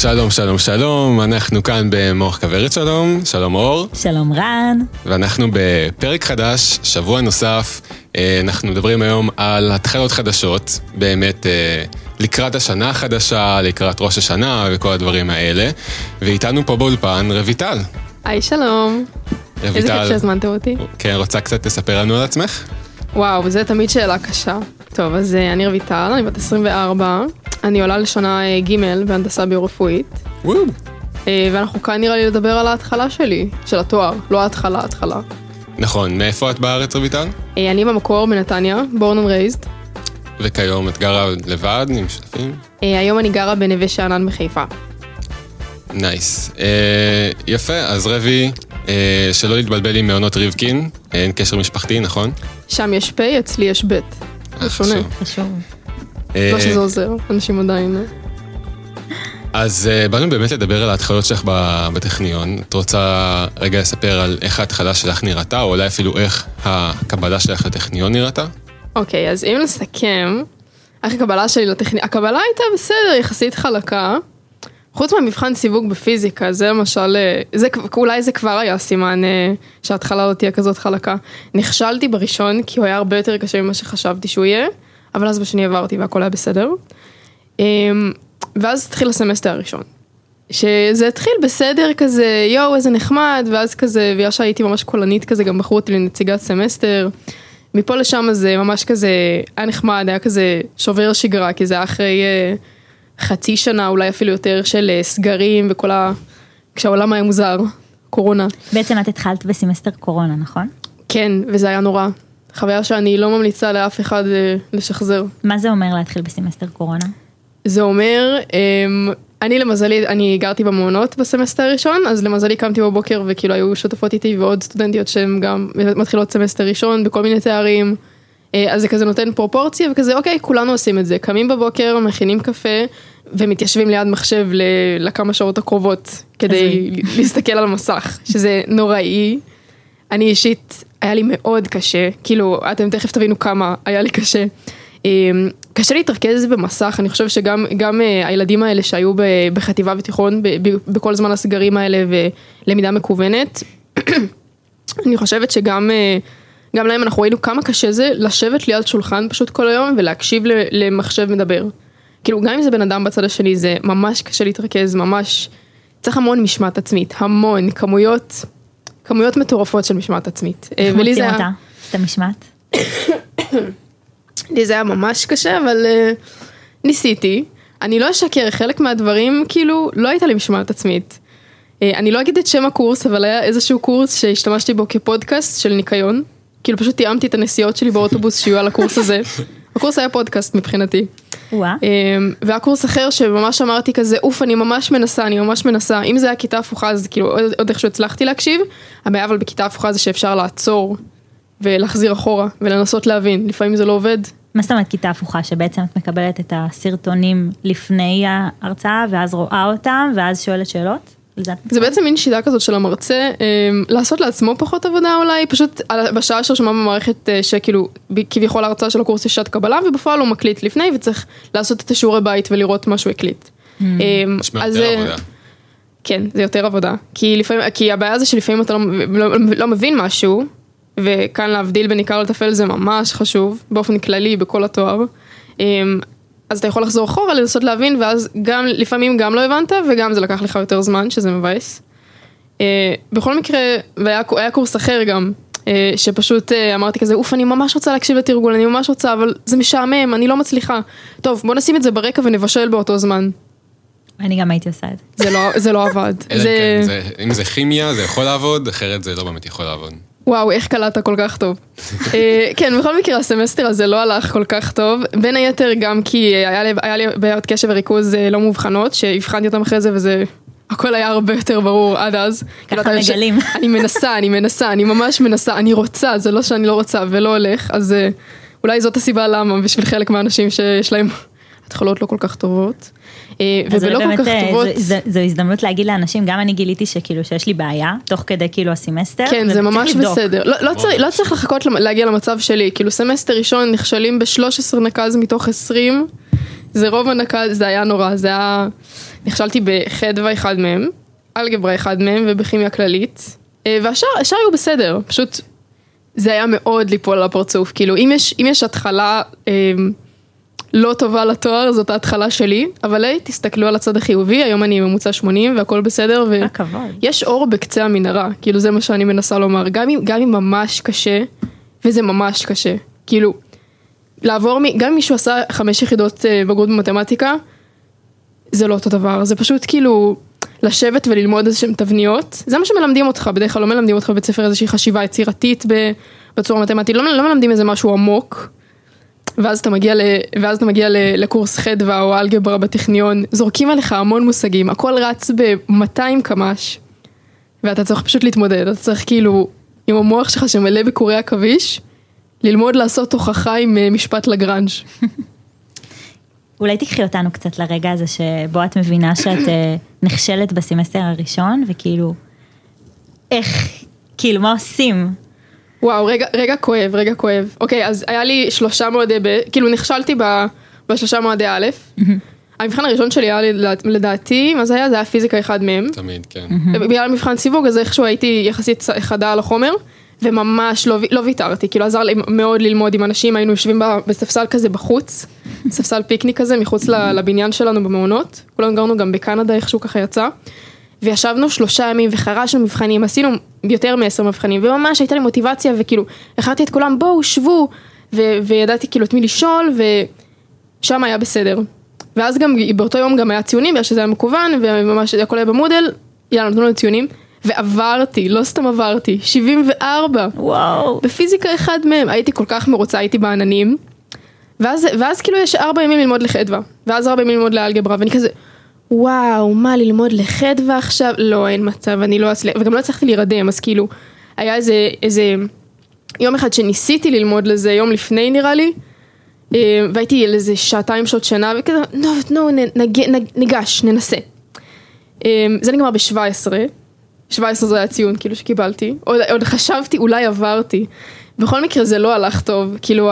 שלום, שלום, שלום, אנחנו כאן במוח כברת שלום, שלום אור. שלום רן. ואנחנו בפרק חדש, שבוע נוסף, אנחנו מדברים היום על התחלות חדשות, באמת לקראת השנה החדשה, לקראת ראש השנה וכל הדברים האלה, ואיתנו פה באולפן רויטל. היי שלום, איזה כיף שהזמנתם אותי. כן, רוצה קצת לספר לנו על עצמך? וואו, זה תמיד שאלה קשה. טוב, אז אני רויטל, אני בת 24, אני עולה לשנה ג' בהנדסה ביו-רפואית. ואנחנו כאן נראה לי לדבר על ההתחלה שלי, של התואר, לא ההתחלה. נכון, מאיפה את בארץ רויטל? אני במקור בנתניה, born and raised. וכיום את גרה לבד, עם שותפים? היום אני גרה בנווה שאנן בחיפה. נייס. יפה, אז רבי, שלא להתבלבל עם מעונות ריבקין, אין קשר משפחתי, נכון? שם יש פ', אצלי יש ב'. זה שונה. חשוב. לא שזה עוזר, אנשים עדיין. אז באנו באמת לדבר על ההתחלות שלך בטכניון. את רוצה רגע לספר על איך ההתחלה שלך נראתה, או אולי אפילו איך הקבלה שלך לטכניון נראתה? אוקיי, אז אם נסכם, איך הקבלה שלי לטכניון, הקבלה הייתה בסדר, יחסית חלקה. חוץ מהמבחן סיווג בפיזיקה, זה למשל, אולי זה כבר היה סימן שההתחלה לא תהיה כזאת חלקה. נכשלתי בראשון, כי הוא היה הרבה יותר קשה ממה שחשבתי שהוא יהיה, אבל אז בשני עברתי והכל היה בסדר. ואז התחיל הסמסטר הראשון. שזה התחיל בסדר כזה, יואו, איזה נחמד, ואז כזה, ויש שהייתי ממש קולנית כזה, גם בחרו אותי לנציגת סמסטר. מפה לשם זה ממש כזה, היה נחמד, היה כזה שובר שגרה, כי זה היה אחרי חצי שנה, אולי אפילו יותר, של סגרים וכל כשהעולם היה מוזר, קורונה. בעצם את התחלת בסמסטר קורונה, נכון? כן, וזה היה נורא. חוויה שאני לא ממליצה לאף אחד לשחזר. מה זה אומר להתחיל בסמסטר קורונה? זה אומר, אני למזלי, אני גרתי במעונות בסמסטר הראשון, אז למזלי קמתי בבוקר וכאילו היו שותפות איתי ועוד סטודנטיות שהן גם מתחילות סמסטר ראשון בכל מיני תארים, אז זה כזה נותן פרופורציה וכזה, אוקיי, כולנו עושים את זה, קמים בבוקר, מכינים קפה ומתיישבים ליד מחשב לכמה שעות הקרובות כדי להסתכל על המסך, שזה נוראי. אני אישית, היה לי מאוד קשה, כאילו, אתם תכף תבינו כמה היה לי קשה. קשה להתרכז במסך, אני חושב שגם הילדים האלה שהיו בחטיבה ותיכון, בכל זמן הסגרים האלה ולמידה מקוונת, אני חושבת שגם להם אנחנו ראינו כמה קשה זה לשבת ליד שולחן פשוט כל היום ולהקשיב למחשב מדבר. כאילו, גם אם זה בן אדם בצד השני, זה ממש קשה להתרכז, ממש צריך המון משמעת עצמית, המון כמויות מטורפות של משמעת עצמית. איך מוצאים אותה, את המשמעת? לי זה היה ממש קשה, אבל ניסיתי. אני לא אשקר, חלק מהדברים, כאילו, לא הייתה לי משמעת עצמית. אני לא אגיד את שם הקורס, אבל היה איזשהו קורס שהשתמשתי בו כפודקאסט של ניקיון. כאילו, פשוט תיאמתי את הנסיעות שלי באוטובוס שיהיו על הקורס הזה. הקורס היה פודקאסט מבחינתי. והקורס אחר שממש אמרתי כזה, אני ממש מנסה. אם זה היה כיתה הפוכה, אז כאילו, עוד איכשהו הצלחתי להקשיב. הבעיה אבל בכיתה הפוכה זה שאפשר לעצור ולהחזיר אחורה ולנסות להבין. לפעמים זה לא עובד. מה זאת אומרת כיתה הפוכה? שבעצם את מקבלת את הסרטונים לפני ההרצאה, ואז רואה אותם, ואז שואלת שאלות? זה בעצם מין שיטה כזאת של המרצה, לעשות לעצמו פחות עבודה אולי, פשוט בשעה שרשומה במערכת שכאילו, כביכול ההרצאה של הקורס יש שעת קבלה, ובפועל הוא מקליט לפני, וצריך לעשות את השיעורי בית ולראות מה שהוא הקליט. משמע יותר עבודה. כן, זה יותר עבודה. כי הבעיה זה שלפעמים אתה לא מבין משהו, וכאן להבדיל בין עיקר לטפל זה ממש חשוב, באופן כללי, בכל התואר. אז אתה יכול לחזור אחורה, לנסות להבין, ואז גם, לפעמים גם לא הבנת, וגם זה לקח לך יותר זמן, שזה מבאס. בכל מקרה, והיה קורס אחר גם, שפשוט אמרתי כזה, אני ממש רוצה להקשיב לתרגול, אני ממש רוצה, אבל זה משעמם, אני לא מצליחה. טוב, בוא נשים את זה ברקע ונבשל באותו זמן. אני גם הייתי עושה את זה. זה לא עבד. אם זה כימיה, זה יכול לעבוד, אחרת זה לא באמת יכול לעבוד. וואו, איך קלעת כל כך טוב. כן, בכל מקרה, הסמסטר הזה לא הלך כל כך טוב, בין היתר גם כי היה לי בעיות קשב וריכוז לא מובחנות, שהבחנתי אותם אחרי זה, וזה, הכל היה הרבה יותר ברור עד אז. ככה מגלים. אני ממש מנסה, אני רוצה, זה לא שאני לא רוצה ולא הולך, אז אולי זאת הסיבה למה, בשביל חלק מהאנשים שיש להם התחלות לא כל כך טובות. ובלא כל כך טובות. זו הזדמנות להגיד לאנשים, גם אני גיליתי שכאילו שיש לי בעיה, תוך כדי כאילו הסמסטר. כן, זה ממש בסדר. לא צריך לחכות להגיע למצב שלי, כאילו סמסטר ראשון נכשלים ב-13 נקז מתוך 20, זה רוב הנקז, זה היה נורא, זה נכשלתי בחדווה אחד מהם, אלגברה אחד מהם ובכימיה כללית, והשאר היו בסדר, פשוט זה היה מאוד ליפול על הפרצוף, כאילו אם יש התחלה לא טובה לתואר, זאת ההתחלה שלי, אבל תסתכלו על הצד החיובי, היום אני ממוצע 80 והכל בסדר, ויש אור בקצה המנהרה, כאילו זה מה שאני מנסה לומר, גם אם ממש קשה, וזה ממש קשה, כאילו, לעבור, גם אם מישהו עשה 5 יחידות בגרות במתמטיקה, זה לא אותו דבר, זה פשוט כאילו, לשבת וללמוד איזשהם תבניות, זה מה שמלמדים אותך, בדרך כלל לא מלמדים אותך בבית ספר איזושהי חשיבה יצירתית בצורה מתמטית, לא מלמדים איזה משהו עמוק, ואז אתה מגיע לקורס חדווה או אלגברה בטכניון, זורקים עליך המון מושגים, הכל רץ ב-200 קמ"ש, ואתה צריך פשוט להתמודד, אתה צריך כאילו, עם המוח שלך שמלא בקורי עכביש, ללמוד לעשות הוכחה עם משפט לגרנג'. אולי תקחי אותנו קצת לרגע הזה שבו את מבינה שאת נכשלת בסמסטר הראשון, וכאילו, איך, כאילו, מה עושים? וואו, רגע כואב. אוקיי, אז היה לי 3 מועדי כאילו נכשלתי ב3 מועדי א', המבחן הראשון שלי היה לדעתי, מה זה היה פיזיקה אחד מהם. תמיד, כן. בגלל מבחן סיווג, אז איכשהו הייתי יחסית חדה על החומר, וממש לא ויתרתי, כאילו עזר לי מאוד ללמוד עם אנשים, היינו יושבים בספסל כזה בחוץ, ספסל פיקניק כזה, מחוץ לבניין שלנו במעונות, כולנו גרנו גם בקנדה, איכשהו ככה יצא, וישבנו 3 ימים וחרשנו מבחנים, עשינו יותר מ10 מבחנים, וממש הייתה לי מוטיבציה, וכאילו, הכרתי את כולם, בואו, שבו, וידעתי כאילו את מי לשאול, ושם היה בסדר. ואז גם, באותו יום גם היה ציונים, בגלל שזה היה מקוון, וממש הכל היה במודל, יאללה, נתנו לנו ציונים, ועברתי, לא סתם עברתי, 74. וואו. בפיזיקה אחד מהם, הייתי כל כך מרוצה, הייתי בעננים, ואז כאילו יש 4 ימים ללמוד לחדווה, ואז 4 ימים ללמוד לאלגברה, ואני כזה, וואו, מה ללמוד לחדווה עכשיו? לא, אין מצב, אני לא אצליח, וגם לא הצלחתי להירדם, אז כאילו, היה איזה יום אחד שניסיתי ללמוד לזה, יום לפני נראה לי, והייתי איזה 2 שעות שינה, וכזה, ניגש, ננסה. זה נגמר ב-17, 17 זה היה ציון, כאילו שקיבלתי, עוד חשבתי, אולי עברתי, בכל מקרה זה לא הלך טוב, כאילו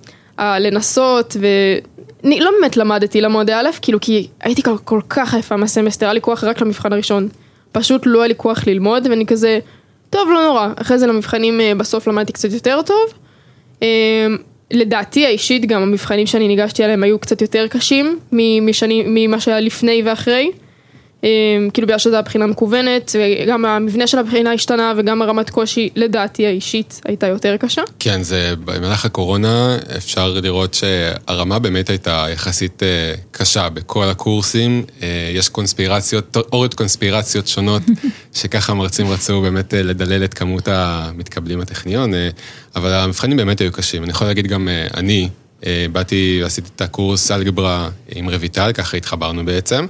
לנסות, לא באמת למדתי למועדי א', כאילו כי הייתי כל כך עייפה מהסמסטר, היה לי כוח רק למבחן הראשון, פשוט לא היה לי כוח ללמוד, ואני כזה, טוב, לא נורא, אחרי זה למבחנים בסוף למדתי קצת יותר טוב, לדעתי האישית גם המבחנים שאני ניגשתי עליהם היו קצת יותר קשים, ממה שהיה לפני ואחרי, כאילו בגלל שזו הבחינה מקוונת, וגם המבנה של הבחינה השתנה, וגם הרמת קושי, לדעתי האישית, הייתה יותר קשה. כן, זה במהלך הקורונה אפשר לראות שהרמה באמת הייתה יחסית קשה בכל הקורסים, יש תיאוריות קונספירציות שונות, שככה המרצים רצו באמת לדלל את כמות המתקבלים הטכניון, אבל המבחנים באמת היו קשים. אני יכול להגיד גם, אני באתי ועשיתי את הקורס אלגברה עם רויטל, ככה התחברנו בעצם,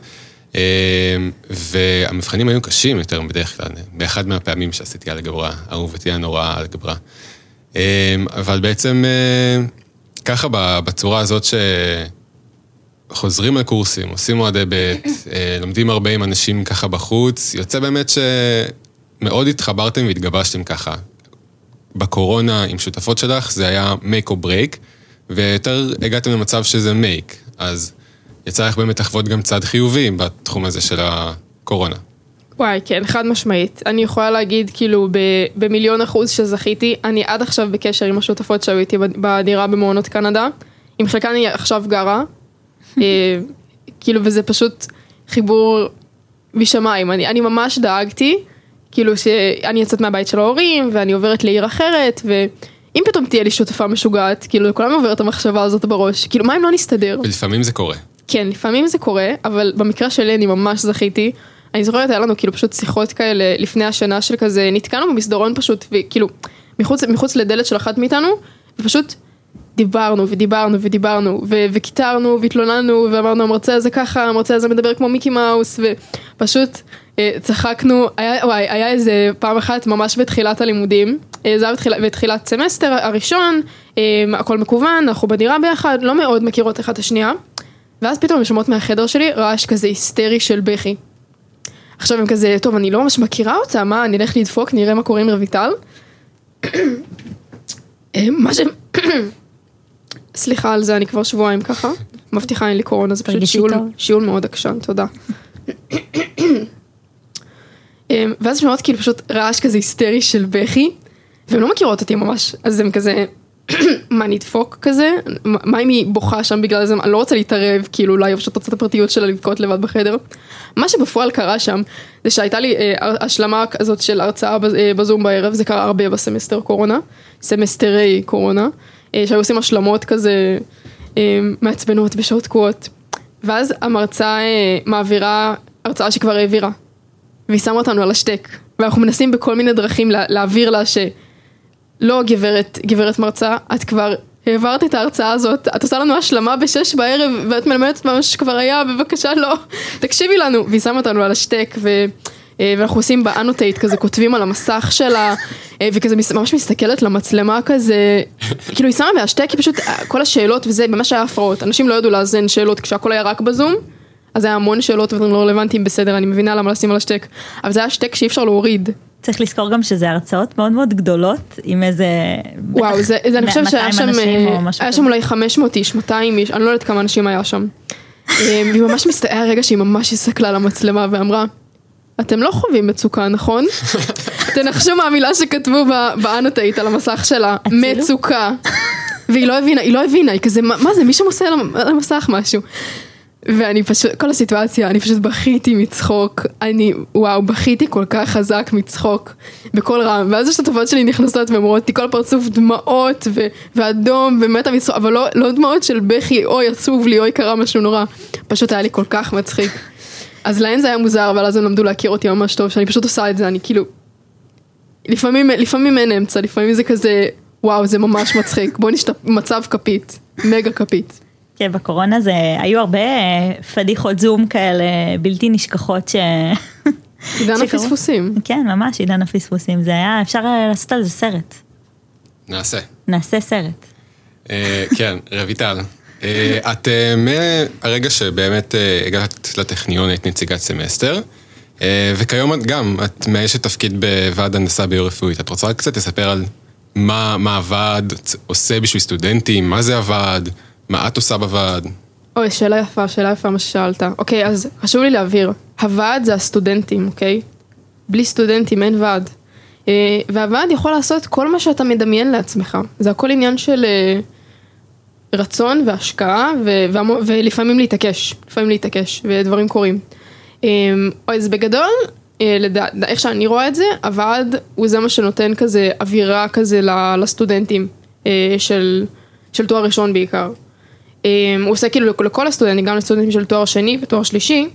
והמבחנים היו קשים יותר בדרך כלל, באחד מהפעמים שעשיתי אלגברה, אהובתי הנורא אלגברה. אבל בעצם ככה בצורה הזאת שחוזרים לקורסים, עושים מועדי ב', לומדים הרבה עם אנשים ככה בחוץ, יוצא באמת שמאוד התחברתם והתגבשתם ככה. בקורונה עם שותפות שלך זה היה make or break, ויותר הגעתם למצב שזה make, אז יצא לך באמת לחוות גם צד חיובי בתחום הזה של הקורונה. וואי, כן, חד משמעית. אני יכולה להגיד, כאילו, ב1,000,000% שזכיתי, אני עד עכשיו בקשר עם השותפות שהיו איתי בדירה במעונות קנדה, עם חלקן אני עכשיו גרה, כאילו, וזה פשוט חיבור בשמיים. אני ממש דאגתי, כאילו, שאני יצאת מהבית של ההורים, ואני עוברת לעיר אחרת, ואם פתאום תהיה לי שותפה משוגעת, כאילו, לכולם עוברת את המחשבה הזאת בראש, כאילו, מה אם לא נסתדר? ולפעמים זה קורה. כן, לפעמים זה קורה, אבל במקרה שלי אני ממש זכיתי. אני זוכרת, היה לנו כאילו פשוט שיחות כאלה לפני השנה של כזה, נתקענו במסדרון פשוט, וכאילו, מחוץ לדלת של אחת מאיתנו, ופשוט דיברנו וכיתרנו והתלוננו, ואמרנו, המרצה הזה ככה, המרצה הזה מדבר כמו מיקי מאוס, ופשוט צחקנו, היה איזה פעם אחת ממש בתחילת הלימודים, זה היה בתחילת סמסטר הראשון, הכל מקוון, אנחנו בדירה ביחד, לא מאוד מכירות אחת השנייה, ואז פתאום משמעות מהחדר שלי, רעש כזה היסטרי של בכי. עכשיו הם כזה, טוב, אני לא ממש מכירה אותה, מה, אני אלך לדפוק, נראה מה קורה עם רויטל. מה ש... סליחה על זה, אני כבר שבועיים ככה. מבטיחה, אין לי קורונה, זה פשוט שיעול מאוד עקשן, תודה. ואז שמעות כאילו פשוט רעש כזה היסטרי של בכי, והן לא מכירות אותי ממש, אז הם כזה, מה נדפוק כזה? מה אם היא בוכה שם בגלל זה? אני לא רוצה להתערב, כאילו אולי פשוט רוצה את הפרטיות שלה לבכות לבד בחדר. מה שבפועל קרה שם, זה שהייתה לי השלמה כזאת של הרצאה בזום בערב, זה קרה הרבה בסמסטר קורונה, סמסטרי קורונה, שהיו עושים השלמות כזה מעצבנות בשעות תקועות. ואז המרצה מעבירה הרצאה שכבר העבירה, והיא שמה אותנו על השטק, ואנחנו מנסים בכל מיני דרכים להעביר לה לא גברת מרצה, את כבר העברת את ההרצאה הזאת, את עושה לנו השלמה ב6 בערב, ואת מלמדת מה שכבר היה, בבקשה לא, תקשיבי לנו, והיא שמה אותנו על השטק, ואנחנו עושים באנוטייט כזה, כותבים על המסך שלה, וכזה ממש מסתכלת למצלמה כזה, כאילו היא שמה בהשטק, כי פשוט כל השאלות וזה, ממש היה הפרעות, אנשים לא ידעו לאזן שאלות כשהכל היה רק בזום, אז היה המון שאלות ודברים לא רלוונטיים, בסדר, אני מבינה למה לשים על השטק, אבל זה היה שטק שאי אפשר להוריד. צריך לזכור גם שזה הרצאות מאוד מאוד גדולות, עם איזה... וואו, אני חושב שהיה שם אולי 500 איש, 200 איש, אני לא יודעת כמה אנשים היה שם. והיא ממש היה רגע שהיא ממש הסתכלה למצלמה ואמרה, אתם לא חווים מצוקה, נכון? תנחשו מהמילה שכתבו באנוטייט על המסך שלה, מצוקה. והיא לא הבינה, היא כזה, מה זה, מישהו עושה על המסך משהו? ואני פשוט, כל הסיטואציה, אני פשוט בכיתי מצחוק, בכיתי כל כך חזק מצחוק, בכל רם, ואז השותפות שלי נכנסות ואומרות, כל פרצוף דמעות ואדום ומתה מצחוק, אבל לא דמעות של בכי, אוי עצוב לי, אוי קרה משהו נורא, פשוט היה לי כל כך מצחיק. אז להן זה היה מוזר, אבל אז הם למדו להכיר אותי ממש טוב, שאני פשוט עושה את זה, אני כאילו, לפעמים אין אמצע, לפעמים זה כזה, וואו, זה ממש מצחיק, בוא נשתף מצב כפית, מגה כפית. כן, בקורונה זה, היו הרבה פדיחות זום כאלה, בלתי נשכחות עידן הפספוסים. כן, ממש, עידן הפספוסים. זה היה, אפשר לעשות על זה סרט. נעשה סרט. כן, רויטל. את מהרגע שבאמת הגעת לטכניון, היית נציגת סמסטר, וכיום את גם, את מאיישת תפקיד בוועד הנדסה ביו-רפואית. את רוצה קצת לספר על מה הוועד עושה בשביל סטודנטים, מה זה הוועד, מה את עושה בוועד? אוי, שאלה יפה מה ששאלת. אוקיי, אז חשוב לי להבהיר. הוועד זה הסטודנטים, אוקיי? בלי סטודנטים אין ועד. והוועד יכול לעשות כל מה שאתה מדמיין לעצמך. זה הכל עניין של רצון והשקעה, ולפעמים להתעקש, ודברים קורים. אז בגדול, איך שאני רואה את זה, הוועד הוא זה מה שנותן כזה אווירה כזה לסטודנטים של תואר ראשון בעיקר. הוא עושה כאילו לכל הסטודנטים, גם לסטודנטים של תואר שני ותואר שלישי,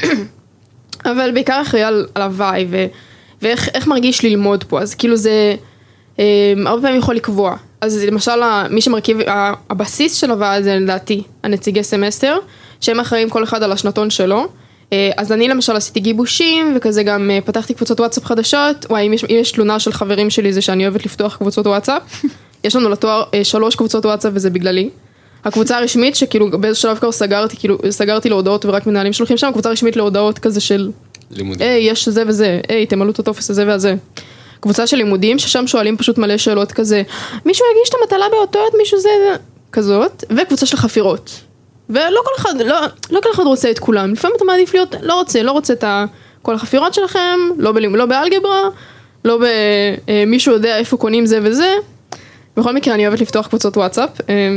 אבל בעיקר אחראי על הוואי, ואיך מרגיש ללמוד פה, אז כאילו זה הרבה פעמים יכול לקבוע. אז למשל, מי שמרכיב, הבסיס של הוועד זה לדעתי, הנציגי סמסטר, שהם אחראים כל אחד על השנתון שלו, אז אני למשל עשיתי גיבושים, וכזה גם פתחתי קבוצות וואטסאפ חדשות, וואי, אם יש תלונה של חברים שלי זה שאני אוהבת לפתוח קבוצות וואטסאפ, יש לנו לתואר 3 קבוצות וואטסאפ וזה בגללי. הקבוצה הרשמית שכאילו באיזשהו שלב כבר סגרתי להודעות ורק מנהלים שולחים שם, קבוצה רשמית להודעות כזה של יש זה וזה, תמלאו את הטופס הזה והזה. קבוצה של לימודים ששם שואלים פשוט מלא שאלות כזה, מישהו יגיש את המטלה באותות, מישהו זה וכזאת, וקבוצה של חפירות. ולא כל אחד רוצה את כולם, לפעמים אתה מעדיף להיות, לא רוצה את כל החפירות שלכם, לא באלגברה, לא במישהו יודע איפה קונים זה וזה. בכל מקרה אני אוהבת לפתוח קבוצות וואטסאפ,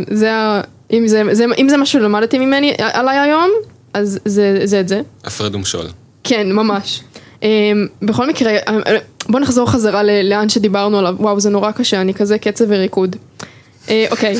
אם זה משהו למדתי ממני עליי היום, אז זה את זה. הפרד ומשול. כן, ממש. בכל מקרה, בוא נחזור חזרה לאן שדיברנו עליו, וואו זה נורא קשה, אני כזה קצב וריקוד. אוקיי.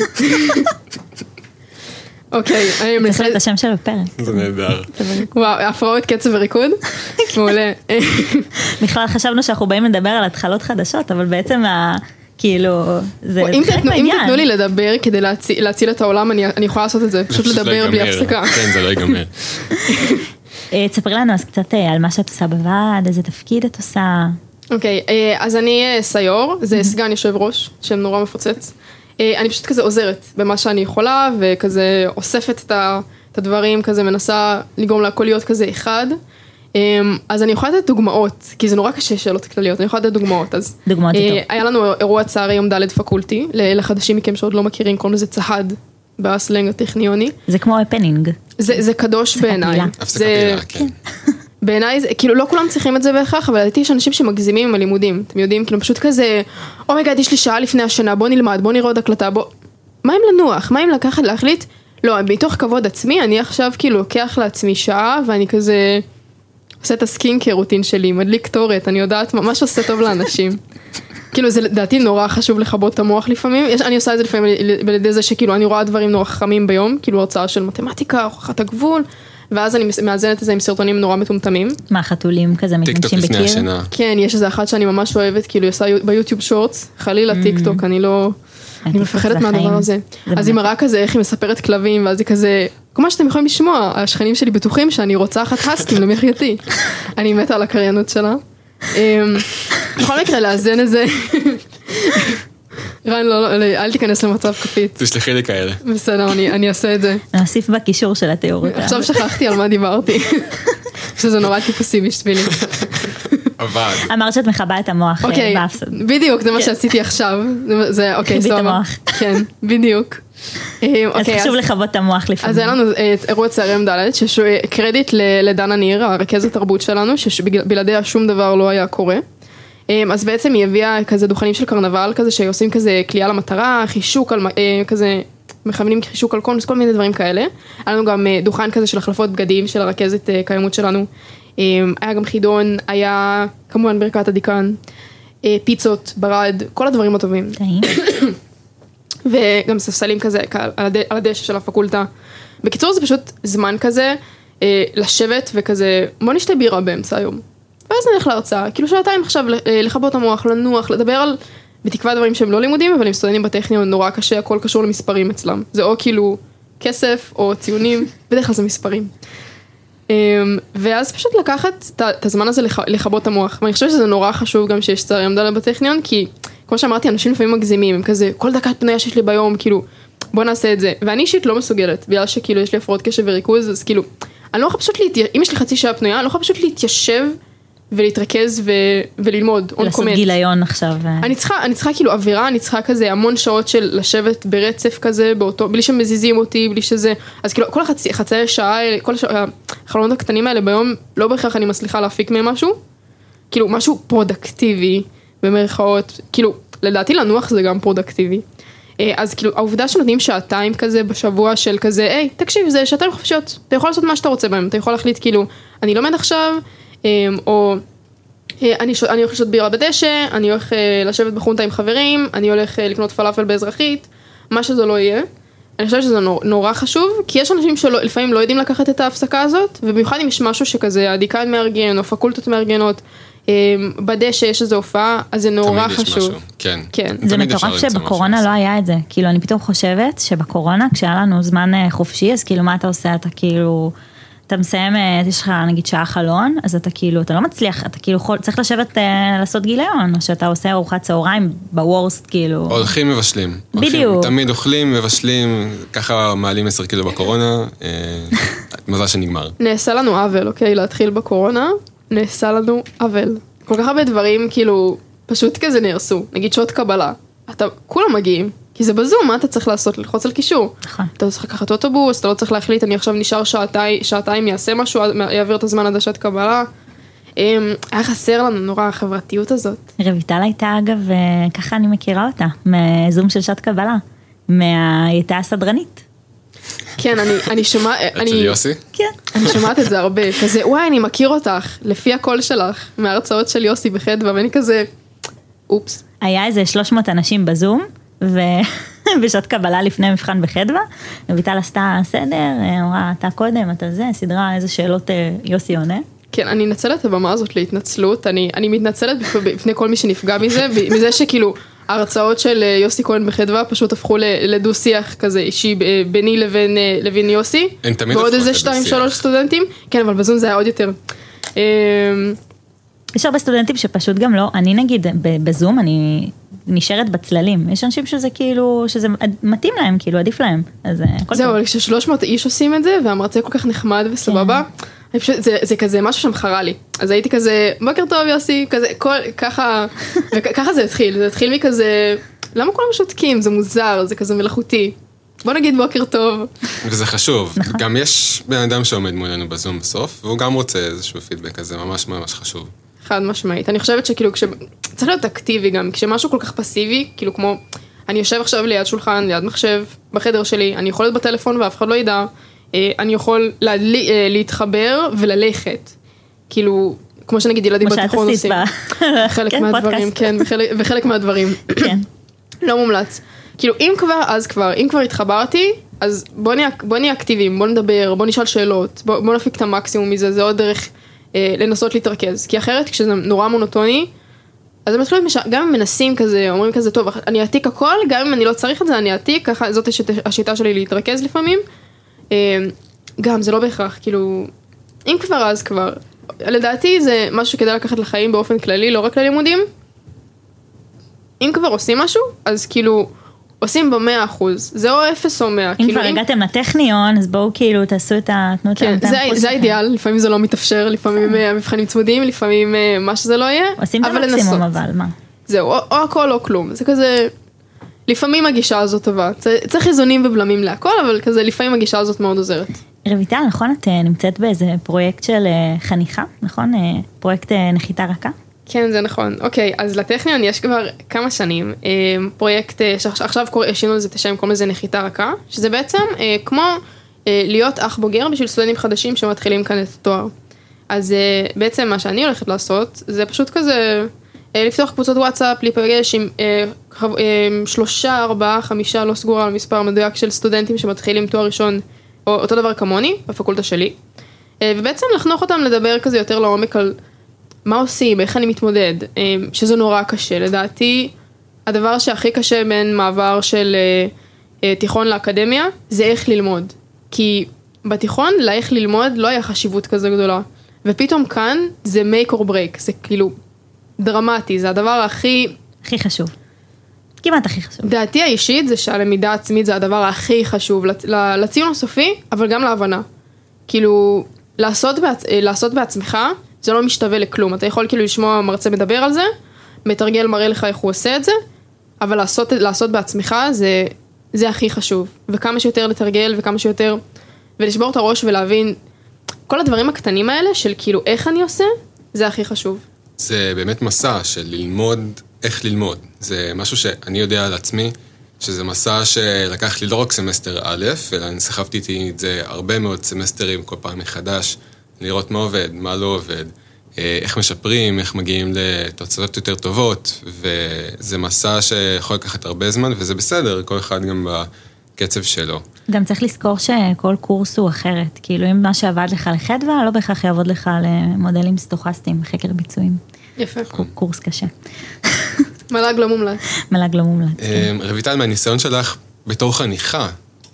אוקיי. צריך את השם של הפרק. זה נהדר. וואו, הפרעות קצב וריקוד? מעולה. בכלל חשבנו שאנחנו באים לדבר על התחלות חדשות, אבל בעצם כאילו, זה חלק מהעניין. אם תתנו לי לדבר כדי להציל את העולם, אני יכולה לעשות את זה, פשוט לדבר בלי הפסקה. כן, זה לא ייגמר. תספרי לנו אז קצת על מה שאת עושה בוועד, איזה תפקיד את עושה. אוקיי, אז אני סיור, זה סגן יושב ראש, שם נורא מפוצץ. אני פשוט כזה עוזרת במה שאני יכולה, וכזה אוספת את הדברים, כזה מנסה לגרום להכל להיות כזה אחד. אז אני יכולה לתת דוגמאות, כי זה נורא קשה שאלות כלליות, אני יכולה לתת דוגמאות. אז דוגמאות איתו. היה לנו אירוע צערי יום ד' פקולטי, לחדשים מכם שעוד לא מכירים, קוראים לזה צהד, בסלנג הטכניוני. זה כמו הפנינג. זה קדוש בעיניי. הפסקה פעילה, כן. בעיניי זה, כאילו לא כולם צריכים את זה בהכרח, אבל לדעתי יש אנשים שמגזימים עם הלימודים, אתם יודעים, כאילו פשוט כזה, אומייגאד, יש לי שעה לפני השנה, בוא נלמד, בוא נראה עוד הקלטה, מה אם לנוח, מה אם להחליט, לא, מתוך כבוד עצמי, אני עכשיו כאילו לוקח לעצמי שעה, ואני כזה עושה את הסקינקר רוטין שלי, מדליק תורת, אני יודעת ממש עושה טוב לאנשים. כאילו זה לדעתי נורא חשוב לכבות את המוח לפעמים, אני עושה את זה לפעמים על ידי זה שכאילו אני רואה דברים נורא חכמים ביום, כאילו הרצאה של מתמטיקה, הוכחת הגבול, ואז אני מאזנת את זה עם סרטונים נורא מטומטמים. מה, חתולים כזה מתנגשים טיקטוק לפני בקיר? השינה. כן, יש איזה אחת שאני ממש אוהבת, כאילו היא עושה ביוטיוב שורטס, חלילה טיקטוק, אני מפחדת מהדבר הזה. אז היא מראה כזה, איך היא מספרת כלבים, ואז היא כזה, כמו שאתם יכולים לשמוע, השכנים שלי בטוחים שאני רוצה אחת הסקים למחייתי. אני מתה על הקריינות שלה. בכל מקרה, לאזן את זה. רן, אל תיכנס למצב כפית. תשלחי לי כאלה. בסדר, אני אעשה את זה. נוסיף בקישור של התיאוריות. עכשיו שכחתי על מה דיברתי. שזה נורא טיפוסי בשבילי. עבד. אמרת שאת מכבה את המוח באפסד. בדיוק, זה מה שעשיתי עכשיו. זה, אוקיי, חיבי את המוח. כן, בדיוק. אז חשוב לכבות את המוח לפעמים. אז היה לנו אירוע צערים ד' קרדיט לדנה ניר, הרכזת תרבות שלנו, שבלעדיה שום דבר לא היה קורה. אז בעצם היא הביאה כזה דוכנים של קרנבל, כזה שעושים כזה כלייה למטרה, חישוק, כזה מכוונים חישוק על כל מיני דברים כאלה. היה לנו גם דוכן כזה של החלפות בגדים של הרכזת קיימות שלנו. היה גם חידון, היה כמובן ברכת הדיקן, פיצות, ברד, כל הדברים הטובים. וגם ספסלים כזה על הדשא של הפקולטה. בקיצור זה פשוט זמן כזה לשבת וכזה, בוא נשתה בירה באמצע היום. ואז נלך להרצאה, כאילו שעתיים עכשיו לכבות המוח, לנוח, לדבר על, בתקווה דברים שהם לא לימודים, אבל עם סטודנטים בטכניון נורא קשה, הכל קשור למספרים אצלם. זה או כאילו כסף או ציונים, בדרך כלל זה מספרים. ואז פשוט לקחת את הזמן הזה לכבות המוח. ואני חושבת שזה נורא חשוב גם שיש צערים ד' בטכניון, כי כמו שאמרתי, אנשים לפעמים מגזימים, הם כזה, כל דקת פניה שיש לי ביום, כאילו, בוא נעשה את זה. ואני אישית לא מסוגלת, בגלל שכאילו יש לי הפרעות קשב וריכוז, אז כאילו, אני לא יכולה פשוט אם יש לי חצי שעה פנויה, אני לא יכולה פשוט להתיישב ולהתרכז וללמוד. לעשות גיליון עכשיו. אני צריכה כאילו אווירה, אני צריכה כזה המון שעות של לשבת ברצף כזה, בלי שמזיזים אותי, בלי שזה, אז כאילו כל חצי שעה, כל החלונות הקטנים האלה ביום, לא בהכרח אני מצליחה להפיק מהם משהו, כאילו משהו פרודקטיבי, במרכאות, כאילו לדעתי לנוח זה גם פרודקטיבי. אז כאילו העובדה שנותנים שעתיים כזה בשבוע של כזה, היי, תקשיב, זה שעתיים חופשיות, אתה יכול לעשות מה שאתה רוצה בהם, אתה יכול להחליט כאילו, אני לומד עכשיו, או אני הולך לשתות בירה בדשא, אני הולך לשבת בחונטה עם חברים, אני הולך לקנות פלאפל באזרחית, מה שזה לא יהיה. אני חושבת שזה נורא חשוב, כי יש אנשים שלפעמים לא יודעים לקחת את ההפסקה הזאת, ובמיוחד אם יש משהו שכזה, הדיקן מארגן, או פקולטות מארגנות, בדשא יש איזו הופעה, אז זה נורא חשוב. כן. זה מטורף שבקורונה לא היה את זה. כאילו, אני פתאום חושבת שבקורונה, כשהיה לנו זמן חופשי, אז כאילו, מה אתה עושה? אתה כאילו, אתה מסיים, יש לך נגיד שעה חלון, אז אתה כאילו, אתה לא מצליח, אתה כאילו צריך לשבת לעשות גיליון, או שאתה עושה ארוחת צהריים בוורסט, כאילו. הולכים מבשלים. בדיוק. תמיד אוכלים, מבשלים, ככה מעלים 10 קילו בקורונה, מזל שנגמר. נעשה לנו עוול, אוקיי? להתחיל בקורונה, נעשה לנו עוול. כל כך הרבה דברים, כאילו, פשוט כזה נהרסו. נגיד שעות קבלה. כולם מגיעים, כי זה בזום, מה אתה צריך לעשות? ללחוץ על קישור. נכון. אתה צריך לקחת אוטובוס, אתה לא צריך להחליט, אני עכשיו נשאר שעתיים, יעשה משהו, יעביר את הזמן עד השעת קבלה. היה חסר לנו נורא החברתיות הזאת. רויטל הייתה אגב, ככה אני מכירה אותה, מזום של שעת קבלה. הייתה הסדרנית. כן, אני שומעת... אצל יוסי? כן. אני שומעת את זה הרבה, כזה, וואי, אני מכיר אותך, לפי הקול שלך, מההרצאות של יוסי בחדווה, ואני כזה, אופס. היה איזה 300 אנשים בזום, ובשעת קבלה לפני מבחן בחדווה, רויטל עשתה סדר, אמרה, אתה קודם, אתה זה, סדרה איזה שאלות יוסי עונה. כן, אני אנצל את הבמה הזאת להתנצלות, אני מתנצלת בפני כל מי שנפגע מזה שכאילו, ההרצאות של יוסי כהן בחדווה פשוט הפכו לדו שיח כזה אישי ביני לבין יוסי. הן תמיד ועוד הפכו איזה 2-3 סטודנטים. כן, אבל בזום זה היה עוד יותר. יש הרבה סטודנטים שפשוט גם לא, אני נגיד בזום, אני נשארת בצללים. יש אנשים שזה כאילו, שזה מתאים להם, כאילו עדיף להם. זהו, אבל כש300 איש עושים את זה, והמרצה כל כך נחמד וסבבה, זה כזה משהו שם חרה לי. אז הייתי כזה, בוקר טוב יוסי, כזה, ככה, וככה זה התחיל מכזה, למה כולם שותקים? זה מוזר, זה כזה מלאכותי. בוא נגיד בוקר טוב. וזה חשוב. גם יש בן אדם שעומד מולנו בזום בסוף, והוא גם רוצה איזשהו פידבק, אז זה ממש ממש חשוב. חד משמעית. אני חושבת שכאילו, צריך להיות אקטיבי גם, כשמשהו כל כך פסיבי, כאילו כמו, אני יושב עכשיו ליד שולחן, ליד מחשב, בחדר שלי, אני יכול להיות בטלפון ואף אחד לא ידע, אני יכול להתחבר וללכת. כאילו, כמו שנגיד ילדים בתיכון עושים. חלק מהדברים, כן, וחלק מהדברים. כן. לא מומלץ. כאילו, אם כבר התחברתי, אז בוא נהיה אקטיביים, בוא נדבר, בוא נשאל שאלות, בוא נפיק את המקסימום מזה, זה עוד דרך לנסות להתרכז. כי אחרת, כשזה נורא מונוטוני, אז הם מתחילים, גם אם מנסים כזה, אומרים כזה, טוב, אני אעתיק הכל, גם אם אני לא צריך את זה, אני אעתיק, ככה, זאת השיטה שלי להתרכז לפעמים. גם, זה לא בהכרח, כאילו, אם כבר אז כבר. לדעתי זה משהו שכדאי לקחת לחיים באופן כללי, לא רק ללימודים. אם כבר עושים משהו, אז כאילו, עושים ב100%, זה או 0 או 100. אם כבר הגעתם לטכניון, אז בואו כאילו תעשו את התנות. כן, זה האידיאל, לפעמים זה לא מתאפשר, לפעמים המבחנים צמודים, לפעמים מה שזה לא יהיה, עושים את המקסימום אבל, מה? זהו, או הכל או כלום, זה כזה, לפעמים הגישה הזאת טובה, צריך איזונים ובלמים להכל, אבל כזה לפעמים הגישה הזאת מאוד עוזרת. רויטל, נכון, את נמצאת באיזה פרויקט של חניכה, נכון? פרויקט נחיתה רכה? כן, זה נכון. אוקיי, אז לטכניון יש כבר כמה שנים פרויקט שעכשיו שינו לזה את השם, קוראים לזה נחיתה רכה, שזה בעצם כמו להיות אח בוגר בשביל סטודנטים חדשים שמתחילים כאן את התואר. אז בעצם מה שאני הולכת לעשות, זה פשוט כזה לפתוח קבוצות וואטסאפ, להיפגש עם 3, 4, 5, לא סגורה על מספר מדויק של סטודנטים שמתחילים תואר ראשון, או אותו דבר כמוני, בפקולטה שלי, ובעצם לחנוך אותם לדבר כזה יותר לעומק על מה עושים, איך אני מתמודד, שזה נורא קשה. לדעתי, הדבר שהכי קשה בין מעבר של תיכון לאקדמיה, זה איך ללמוד. כי בתיכון, לאיך ללמוד, לא היה חשיבות כזה גדולה. ופתאום כאן, זה make or break, זה כאילו דרמטי, זה הדבר הכי חשוב. כמעט הכי חשוב. דעתי האישית זה שהלמידה עצמית זה הדבר הכי חשוב, לציון הסופי, אבל גם להבנה. כאילו, לעשות בעצמך, זה לא משתווה לכלום. אתה יכול כאילו לשמוע מרצה מדבר על זה, מתרגל מראה לך איך הוא עושה את זה, אבל לעשות בעצמך זה הכי חשוב. וכמה שיותר לתרגל וכמה שיותר, ולשבור את הראש ולהבין, כל הדברים הקטנים האלה של כאילו איך אני עושה, זה הכי חשוב. זה באמת מסע של ללמוד איך ללמוד. זה משהו שאני יודע על עצמי, שזה מסע שלקח לי לא רק סמסטר א', אלא אני סחבתי איתי את זה הרבה מאוד סמסטרים כל פעם מחדש, לראות מה עובד, מה לא עובד, איך משפרים, איך מגיעים לתוצאות יותר טובות, וזה מסע שיכול לקחת הרבה זמן, וזה בסדר, כל אחד גם בקצב שלו. גם צריך לזכור שכל קורס הוא אחרת, כאילו אם מה שעבד לך לחדווה, לא בהכרח יעבוד לך למודלים סטוכסטיים, חקר ביצועים. יפה. קורס קשה. מל"ג לא מומלץ. מל"ג לא מומלץ. רויטל, מהניסיון שלך בתור חניכה,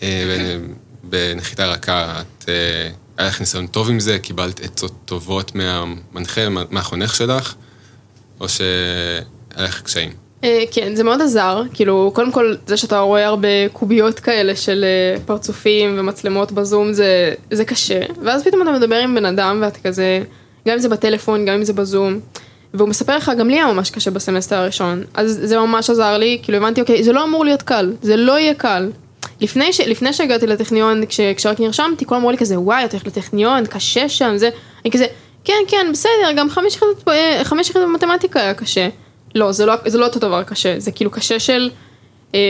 בנחיתה רכה, היה לך ניסיון טוב עם זה? קיבלת עצות טובות מהמנחה, מהחונך שלך? או שהיה לך קשיים? כן, זה מאוד עזר. כאילו, קודם כל, זה שאתה רואה הרבה קוביות כאלה של פרצופים ומצלמות בזום, זה קשה. ואז פתאום אתה מדבר עם בן אדם, ואתה כזה, גם אם זה בטלפון, גם אם זה בזום, והוא מספר לך, גם לי היה ממש קשה בסמסטר הראשון. אז זה ממש עזר לי, כאילו הבנתי, אוקיי, זה לא אמור להיות קל, זה לא יהיה קל. לפני שהגעתי לטכניון, כשרק נרשמתי, כולם אמרו לי כזה, וואי, אתה הולך לטכניון, קשה שם, זה, אני כזה, כן, בסדר, גם 5 יחידות במתמטיקה היה קשה. לא, זה לא אותו דבר קשה, זה כאילו קשה של 24/6,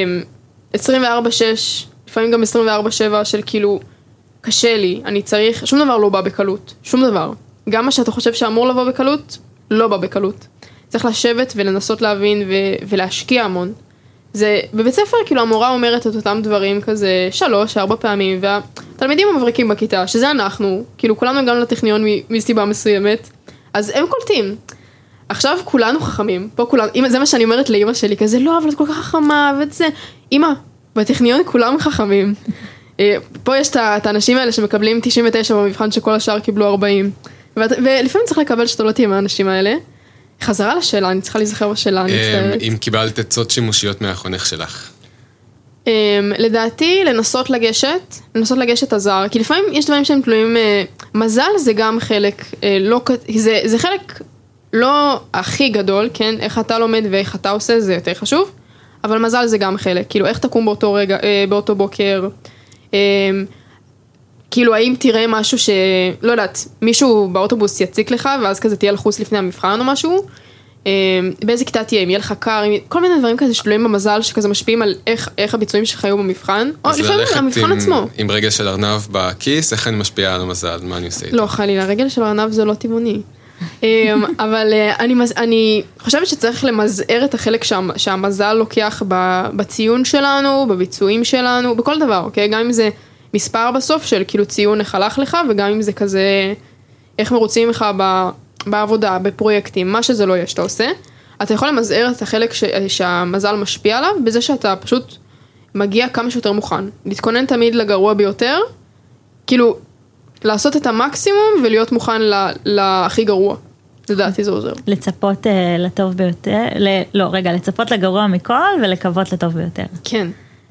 לפעמים גם 24/7 של כאילו, קשה לי, אני צריך, שום דבר לא בא בקלות, שום דבר. גם מה שאתה חושב שאמור לבוא בקלות, לא בא בקלות. צריך לשבת ולנסות להבין ולהשקיע המון. זה, בבית ספר, כאילו, המורה אומרת את אותם דברים כזה 3-4 פעמים, והתלמידים המבריקים בכיתה, שזה אנחנו, כאילו, כולנו הגענו לטכניון מסיבה מסוימת, אז הם קולטים. עכשיו כולנו חכמים, פה כולנו, זה מה שאני אומרת לאמא שלי, כזה, לא, אבל את כל כך חכמה, וזה, אמא, בטכניון כולם חכמים. פה יש את האנשים האלה שמקבלים 99 במבחן שכל השאר קיבלו 40, ולפעמים צריך לקבל שאתה לא תהיה מהאנשים האלה. חזרה לשאלה, אני צריכה להיזכר בשאלה, אני מצטערת. אם קיבלת עצות שימושיות מהחונך שלך. לדעתי, לנסות לגשת עזר, כי לפעמים יש דברים שהם תלויים, מזל זה גם חלק, זה חלק לא הכי גדול, כן, איך אתה לומד ואיך אתה עושה, זה יותר חשוב, אבל מזל זה גם חלק, כאילו איך תקום באותו רגע, באותו בוקר, כאילו האם תראה משהו לא יודעת, מישהו באוטובוס יציק לך, ואז כזה תהיה לחוץ לפני המבחן או משהו, באיזה כיתה תהיה, אם יהיה לך קר, כל מיני דברים כזה שתלויים במזל, שכזה משפיעים על איך הביצועים שלך היו במבחן, או לפעמים המבחן עצמו. עם רגל של ארנב בכיס, איך אני משפיעה על המזל, מה אני עושה איתו? לא, חלילה, רגל של ארנב זה לא טבעוני. אבל אני חושבת שצריך למזער את החלק שהמזל לוקח בציון שלנו, בביצועים שלנו, בכל דבר, אוקיי? גם אם זה מספר בסוף של כאילו ציון איך הלך לך, וגם אם זה כזה, איך מרוצים לך בעבודה, בפרויקטים, מה שזה לא יהיה שאתה עושה, אתה יכול למזער את החלק שהמזל משפיע עליו, בזה שאתה פשוט מגיע כמה שיותר מוכן. להתכונן תמיד לגרוע ביותר, כאילו, לעשות את המקסימום ולהיות מוכן להכי גרוע. לדעתי זה עוזר. לצפות לטוב ביותר, לצפות לגרוע מכל ולקוות לטוב ביותר. כן.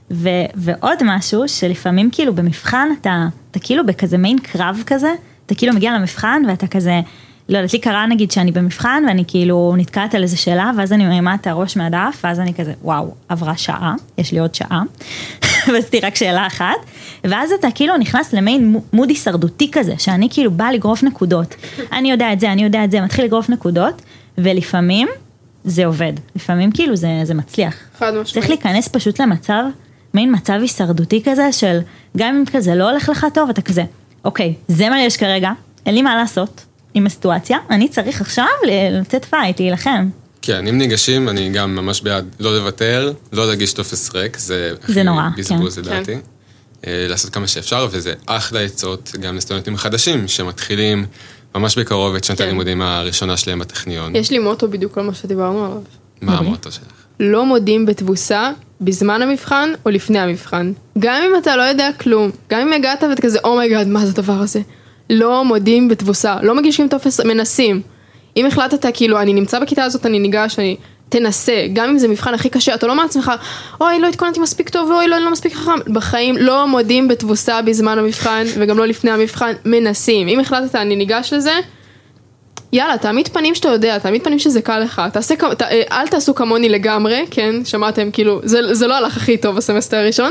ועוד משהו שלפעמים כאילו במבחן אתה כאילו בכזה מיין קרב כזה, אתה כאילו מגיע למבחן ואתה כזה, לא יודעת לי קרה נגיד שאני במבחן ואני כאילו נתקעת על איזה שאלה, ואז אני מרימה את הראש מהדף, ואז אני כזה וואו, עברה שעה, יש לי עוד שעה, ועשיתי רק שאלה אחת, ואז אתה כאילו נכנס למיין מוד הישרדותי כזה, שאני כאילו באה לגרוף נקודות, אני יודע את זה, מתחיל לגרוף נקודות, ולפעמים זה עובד, לפעמים כאילו זה מצליח. צריך להיכנס פשוט למצב, מיין מצב הישרדותי כזה, של גם אם כזה לא הולך לך טוב, אתה כזה, אוקיי, זה מה יש כרגע, אין לי מה לעשות עם הסיטואציה, אני צריך עכשיו לתת פייט, להילחם. כן, אם ניגשים, אני גם ממש בעד לא לוותר, לא להגיש טופס ריק, זה נורא, בזבוז לדעתי. לעשות כמה שאפשר, וזה אחלה עצות גם לסטודנטים חדשים, שמתחילים ממש בקרוב את שנת הלימודים הראשונה שלהם בטכניון. יש לי מוטו בדיוק על מה שדיברנו עליו. מה המוטו שלך? לא מודים בתבוסה בזמן המבחן או לפני המבחן. גם אם אתה לא יודע כלום, גם אם הגעת ואתה כזה, אומייגאד, מה זה הדבר הזה? לא מודים בתבוסה, לא מגישים טופס, מנסים. אם החלטת, כאילו, אני נמצא בכיתה הזאת, אני ניגש, אני תנסה, גם אם זה מבחן הכי קשה, אתה לא מעצמך, אוי, לא התכוננתי מספיק טוב, אוי, לא מספיק חכם. בחיים לא מודים בתבוסה בזמן המבחן, וגם לא לפני המבחן, מנסים. אם החלטת, אני ניגש לזה, יאללה, תעמיד פנים שאתה יודע, תעמיד פנים שזה קל לך, אל תעשו כמוני לגמרי, כן, שמעתם, כאילו, זה לא הלך הכי טוב בסמסטר הראשון,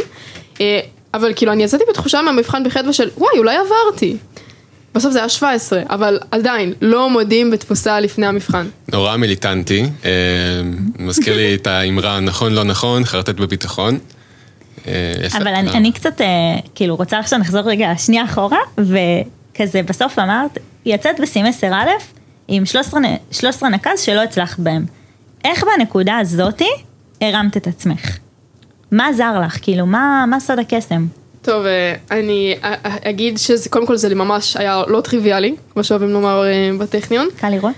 אבל כאילו, אני יצאתי בתחושה מהמבחן בחדווה של, וואי, אולי עברתי. בסוף זה היה 17, אבל עדיין לא מודים בתפוסה לפני המבחן. נורא מיליטנטי, מזכיר לי את האמרה נכון לא נכון, חרטט בביטחון. אבל אני קצת כאילו רוצה עכשיו נחזור רגע שנייה אחורה, וכזה בסוף אמרת, יצאת בסמסטר א' עם 13 נקז שלא הצלחת בהם. איך בנקודה הזאתי הרמת את עצמך? מה עזר לך? כאילו, מה סוד הקסם? טוב, אני אגיד שקודם כל זה ממש היה לא טריוויאלי, כמו שאוהבים לומר בטכניון. קל לראות.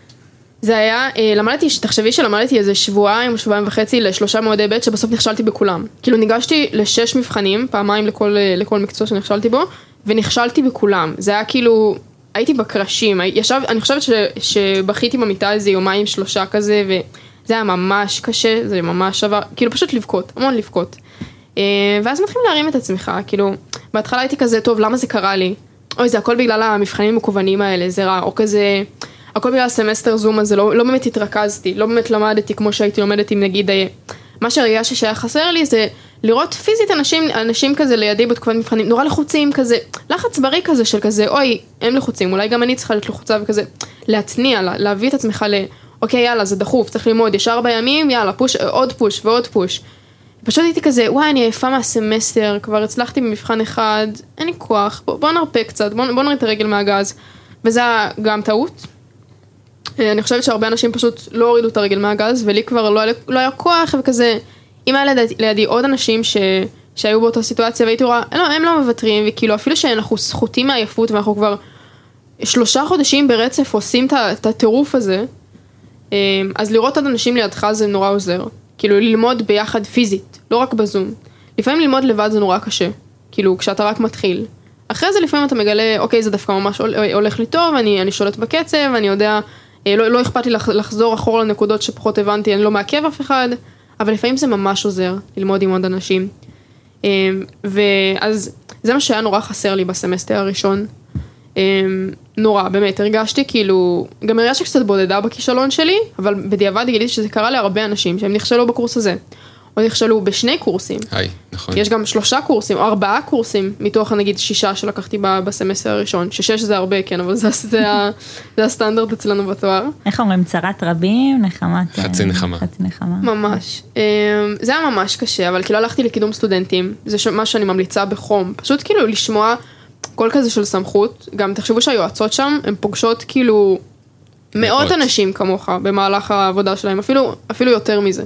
זה היה, תחשבי שלמדתי איזה שבועיים וחצי ל3 מועדי ב' שבסוף נכשלתי בכולם. כאילו ניגשתי ל6 מבחנים, פעמיים לכל מקצוע שנכשלתי בו, ונכשלתי בכולם. זה היה כאילו, הייתי בקרשים, אני חושבת שבכיתי במיטה איזה 2-3 כזה, וזה היה ממש קשה, זה ממש שווה, כאילו פשוט לבכות, המון לבכות. ואז מתחילים להרים את עצמך, כאילו, בהתחלה הייתי כזה, טוב, למה זה קרה לי? אוי, זה הכל בגלל המבחנים המקוונים האלה, זה רע, או כזה, הכל בגלל הסמסטר זום הזה, לא באמת התרכזתי, לא באמת למדתי כמו שהייתי לומדת עם נגיד, מה שהרגשתי שהיה חסר לי זה לראות פיזית אנשים כזה לידי בתקופת מבחנים, נורא לחוצים כזה, לחץ בריא כזה של כזה, אוי, הם לחוצים, אולי גם אני צריכה להיות לחוצה וכזה, להתניע, להביא את עצמך אוקיי, יאללה, זה דחוף, צריך ללמוד, יש 4 ימים, יאללה, פוש, עוד פוש ועוד פוש. פשוט הייתי כזה, וואי, אני עייפה מהסמסטר, כבר הצלחתי במבחן אחד, אין לי כוח, בוא נרפה קצת, בוא נראה את הרגל מהגז. וזה גם טעות. אני חושבת שהרבה אנשים פשוט לא הורידו את הרגל מהגז, ולי כבר לא היה כוח, וכזה, אם היה לידי עוד אנשים שהיו באותה סיטואציה, והייתי רואה, לא, הם לא מוותרים, וכאילו אפילו שאנחנו זכותים מעייפות, ואנחנו כבר 3 חודשים ברצף עושים את הטירוף הזה, אז לראות עוד אנשים לידך זה נורא עוזר. כאילו ללמוד ביחד פיזית, לא רק בזום. לפעמים ללמוד לבד זה נורא קשה, כאילו כשאתה רק מתחיל. אחרי זה לפעמים אתה מגלה, אוקיי, זה דווקא ממש הולך לי טוב, אני שולט בקצב, אני יודע, לא אכפת לי לחזור אחורה לנקודות שפחות הבנתי, אני לא מעכב אף אחד, אבל לפעמים זה ממש עוזר ללמוד עם עוד אנשים. ואז זה מה שהיה נורא חסר לי בסמסטר הראשון. נורא, באמת, הרגשתי כאילו, גם הרגשתי קצת בודדה בכישלון שלי, אבל בדיעבד גיליתי שזה קרה להרבה אנשים שהם נכשלו בקורס הזה. או נכשלו בשני קורסים. נכון. יש גם 3 קורסים, או 4 קורסים, מתוך נגיד 6 שלקחתי בסמסטר הראשון, 6 זה הרבה, כן, אבל זה הסטנדרט אצלנו בתואר. איך אומרים, צרת רבים, נחמת... חצי נחמה. ממש. זה היה ממש קשה, אבל כאילו הלכתי לקידום סטודנטים, זה מה שאני ממליצה בחום, פשוט כאילו לשמוע קול כזה של סמכות, גם תחשבו שהיועצות שם, הן פוגשות כאילו מאות אנשים כמוך, במהלך העבודה שלהם, אפילו יותר מזה.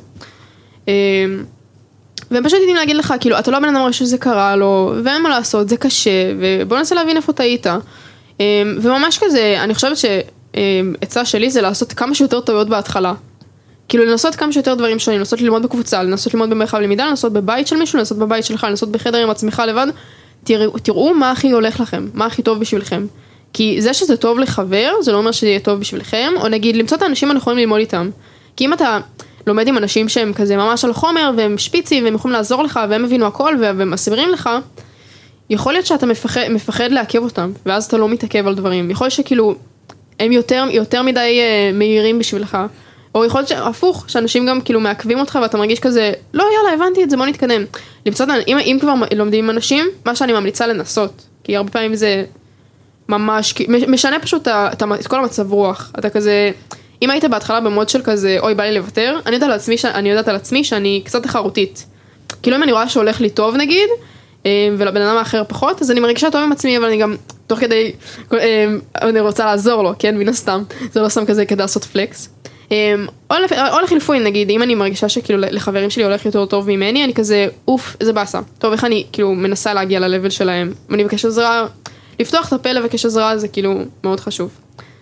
והם פשוט יודעים להגיד לך, כאילו, אתה לא בן אדם שזה קרה לו, ואין מה לעשות, זה קשה, ובוא ננסה להבין איפה טעית. וממש כזה, אני חושבת שעצה שלי זה לעשות כמה שיותר טעויות בהתחלה. כאילו, לנסות כמה שיותר דברים שונים, לנסות ללמוד בקבוצה, לנסות ללמוד במרחב למידה, לנסות בבית של מישהו, לנסות בבית שלך, לנסות בחדר עם עצמך לבד. תראו מה הכי הולך לכם, מה הכי טוב בשבילכם. כי זה שזה טוב לחבר, זה לא אומר שזה יהיה טוב בשבילכם, או נגיד, למצוא את האנשים הנכונים ללמוד איתם. כי אם אתה לומד עם אנשים שהם כזה ממש על חומר, והם שפיצים, והם יכולים לעזור לך, והם מבינו הכל, והם מסבירים לך, יכול להיות שאתה מפחד לעכב אותם, ואז אתה לא מתעכב על דברים. יכול להיות שכאילו, הם יותר מדי מהירים בשבילך, או יכול להיות שהפוך, שאנשים גם כאילו מעכבים אותך, ואתה מרגיש כזה, לא, יאללה, הבנתי את זה, בוא נתקדם. אם כבר לומדים עם אנשים, מה שאני ממליצה לנסות, כי הרבה פעמים זה ממש, משנה פשוט את כל המצב רוח, אתה כזה, אם היית בהתחלה במוד של כזה, אוי, בא לי לוותר, אני יודעת על עצמי שאני קצת תחרותית. כאילו אם אני רואה שהולך לי טוב נגיד, ולבן אדם האחר פחות, אז אני מרגישה טוב עם עצמי, אבל אני גם, תוך כדי, אני רוצה לעזור לו, כן, מן הסתם. זה לא סתם כזה כדי לעשות פלקס. או לחילופין, נגיד, אם אני מרגישה שכאילו לחברים שלי הולך יותר טוב ממני, אני כזה, אוף, איזה באסה. טוב, איך אני כאילו מנסה להגיע ללבל שלהם. אני מבקש עזרה, לפתוח את הפה לבקש עזרה, זה כאילו מאוד חשוב.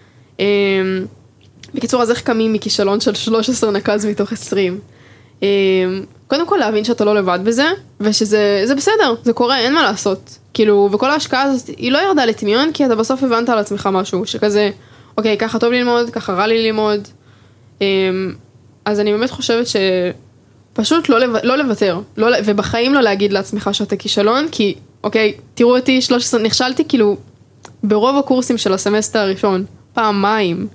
בקיצור, אז איך קמים מכישלון של 13 נקז מתוך 20? קודם כל להבין שאתה לא לבד בזה, ושזה בסדר, זה קורה, אין מה לעשות. כאילו, וכל ההשקעה הזאת, היא לא ירדה לטמיון, כי אתה בסוף הבנת על עצמך משהו, שכזה, אוקיי, ככה טוב ללמוד, ככה רע לי ללמוד. אז אני באמת חושבת שפשוט לא לוותר, ובחיים לא להגיד לעצמך שאתה כישלון, כי, אוקיי, תראו אותי, 13, נכשלתי כאילו ברוב הקורסים של הסמסטר הראשון, פעמיים.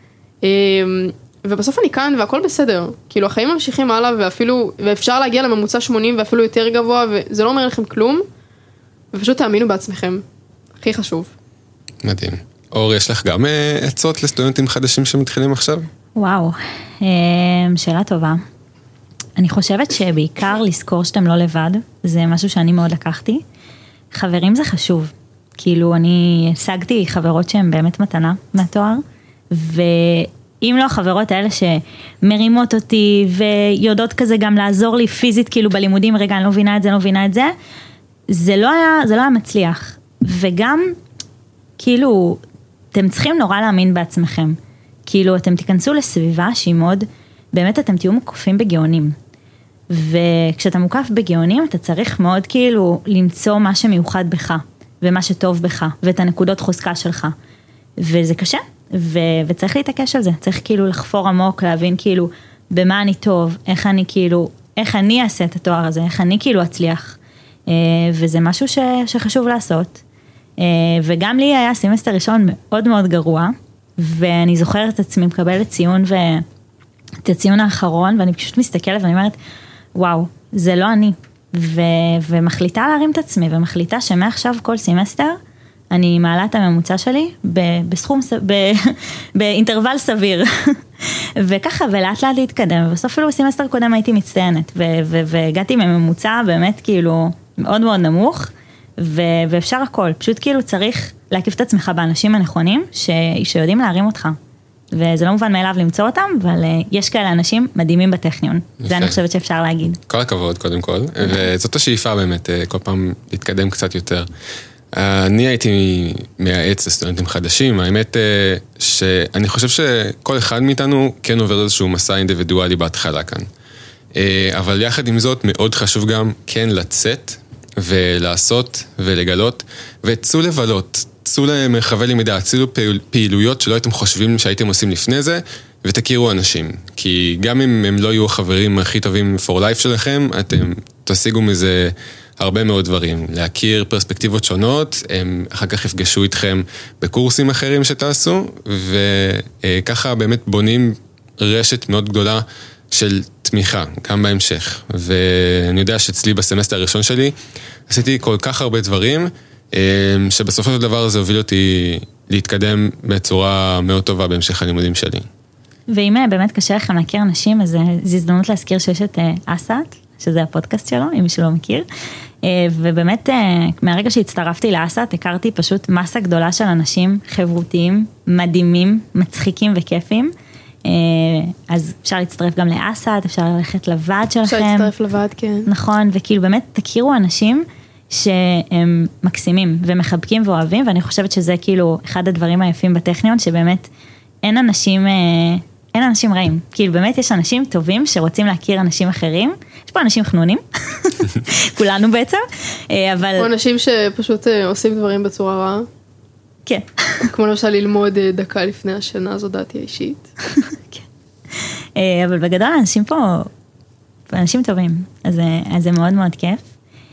ובסוף אני כאן והכל בסדר, כאילו החיים ממשיכים הלאה ואפשר להגיע לממוצע 80 ואפילו יותר גבוה, וזה לא אומר לכם כלום, ופשוט תאמינו בעצמכם, הכי חשוב. מדהים. אור, יש לך גם עצות לסטודנטים חדשים שמתחילים עכשיו? וואו, שאלה טובה. אני חושבת שבעיקר לזכור שאתם לא לבד, זה משהו שאני מאוד לקחתי. חברים זה חשוב, כאילו אני השגתי חברות שהן באמת מתנה מהתואר, ואם לא החברות האלה שמרימות אותי ויודעות כזה גם לעזור לי פיזית כאילו בלימודים, רגע אני לא מבינה את זה, לא מבינה את זה, זה לא היה מצליח. וגם כאילו אתם צריכים נורא להאמין בעצמכם, כאילו אתם תיכנסו לסביבה שהיא מאוד, באמת אתם תהיו מוקפים בגאונים, וכשאתה מוקף בגאונים אתה צריך מאוד כאילו למצוא מה שמיוחד בך, ומה שטוב בך, ואת הנקודות חוזקה שלך, וזה קשה. וצריך להתעקש על זה, צריך כאילו לחפור עמוק, להבין כאילו במה אני טוב, איך אני אעשה את התואר הזה, איך אני כאילו אצליח, וזה משהו שחשוב לעשות, וגם לי היה סמסטר ראשון מאוד מאוד גרוע, ואני זוכרת את עצמי מקבלת ציון, את הציון האחרון, ואני פשוט מסתכלת ואני אומרת, וואו, זה לא אני, ומחליטה להרים את עצמי, ומחליטה שמעכשיו כל סמסטר, אני מעלה את הממוצע שלי באינטרוול סביר, וככה, ולאט לאט להתקדם, ובסוף אפילו בסמסטר קודם הייתי מצטיינת, והגעתי מממוצע באמת כאילו מאוד מאוד נמוך, ואפשר הכל, פשוט כאילו צריך להקיף את עצמך באנשים הנכונים, שיודעים להרים אותך, וזה לא מובן מאליו למצוא אותם, אבל יש כאלה אנשים מדהימים בטכניון, זה אני חושבת שאפשר להגיד. כל הכבוד קודם כל, וזאת השאיפה באמת, כל פעם להתקדם קצת יותר. אני הייתי מייעץ לסטודנטים חדשים, האמת שאני חושב שכל אחד מאיתנו כן עובר איזשהו מסע אינדיבידואלי בהתחלה כאן. אבל יחד עם זאת מאוד חשוב גם כן לצאת ולעשות ולגלות, וצאו לבלות, צאו למרחבי למידה, צאו פעילויות שלא הייתם חושבים שהייתם עושים לפני זה, ותכירו אנשים. כי גם אם הם לא יהיו החברים הכי טובים for life שלכם, אתם תשיגו מזה הרבה מאוד דברים, להכיר פרספקטיבות שונות, הם אחר כך יפגשו איתכם בקורסים אחרים שתעשו, וככה באמת בונים רשת מאוד גדולה של תמיכה, גם בהמשך. ואני יודע שאצלי בסמסטר הראשון שלי, עשיתי כל כך הרבה דברים, שבסופו של דבר זה הוביל אותי להתקדם בצורה מאוד טובה בהמשך הלימודים שלי. ואם באמת קשה לכם להכיר אנשים, אז זו הזדמנות להזכיר שיש את אסת, שזה הפודקאסט שלו, אם מישהו לא מכיר. ובאמת, מהרגע שהצטרפתי לאסת, הכרתי פשוט מסה גדולה של אנשים חברותיים, מדהימים, מצחיקים וכיפים. אז אפשר להצטרף גם לאסת, אפשר ללכת לוועד שלכם. אפשר להצטרף לוועד, כן. נכון, וכאילו באמת תכירו אנשים שהם מקסימים ומחבקים ואוהבים, ואני חושבת שזה כאילו אחד הדברים היפים בטכניון, שבאמת אין אנשים רעים. כאילו באמת יש אנשים טובים שרוצים להכיר אנשים אחרים. יש פה אנשים חנונים, כולנו בעצם, אבל... או אנשים שפשוט עושים דברים בצורה רעה. כן. כמו למשל ללמוד דקה לפני השנה, זו דעתי האישית. כן. אבל בגדול אנשים פה, אנשים טובים, אז זה מאוד מאוד כיף.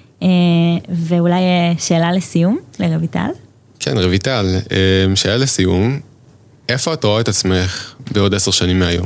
ואולי שאלה לסיום, לרויטל. כן, רויטל, שאלה לסיום, איפה את רואה את עצמך בעוד 10 שנים מהיום?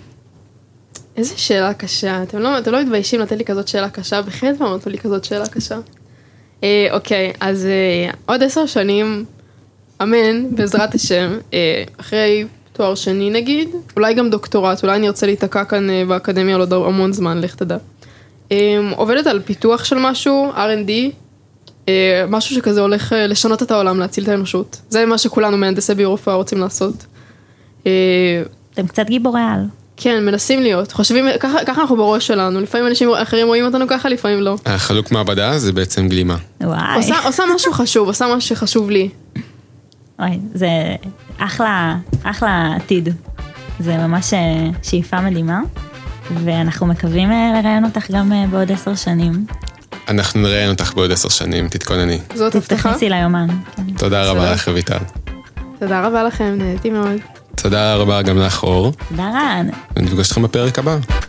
איזה שאלה קשה, אתם לא מתביישים לתת לי כזאת שאלה קשה, בכלל פעם נתנו לי כזאת שאלה קשה. אוקיי, אז עוד 10 שנים, אמן, בעזרת השם, אחרי תואר שני נגיד, אולי גם דוקטורט, אולי אני ארצה להתעקע כאן באקדמיה עוד המון זמן, לך תדע. עובדת על פיתוח של משהו, R&D, משהו שכזה הולך לשנות את העולם, להציל את האנושות. זה מה שכולנו מהנדסי ביורופאה רוצים לעשות. אתם קצת גיבורי על. כן, מנסים להיות. חושבים, ככה אנחנו בראש שלנו. לפעמים אנשים אחרים רואים אותנו ככה, לפעמים לא. החלוק מעבדה זה בעצם גלימה. וואי. עושה משהו חשוב, עושה משהו שחשוב לי. וואי, זה אחלה עתיד. זה ממש שאיפה מדהימה. ואנחנו מקווים לראיין אותך גם בעוד 10 שנים. אנחנו נראיין אותך בעוד 10 שנים, תתכונני. זאת הבטחה. תכנסי ליומן. תודה רבה לך, רויטל. תודה רבה לכם, נהניתי מאוד. תודה רבה גם לך, אור. תודה רן. ונפגש אתכם בפרק הבא.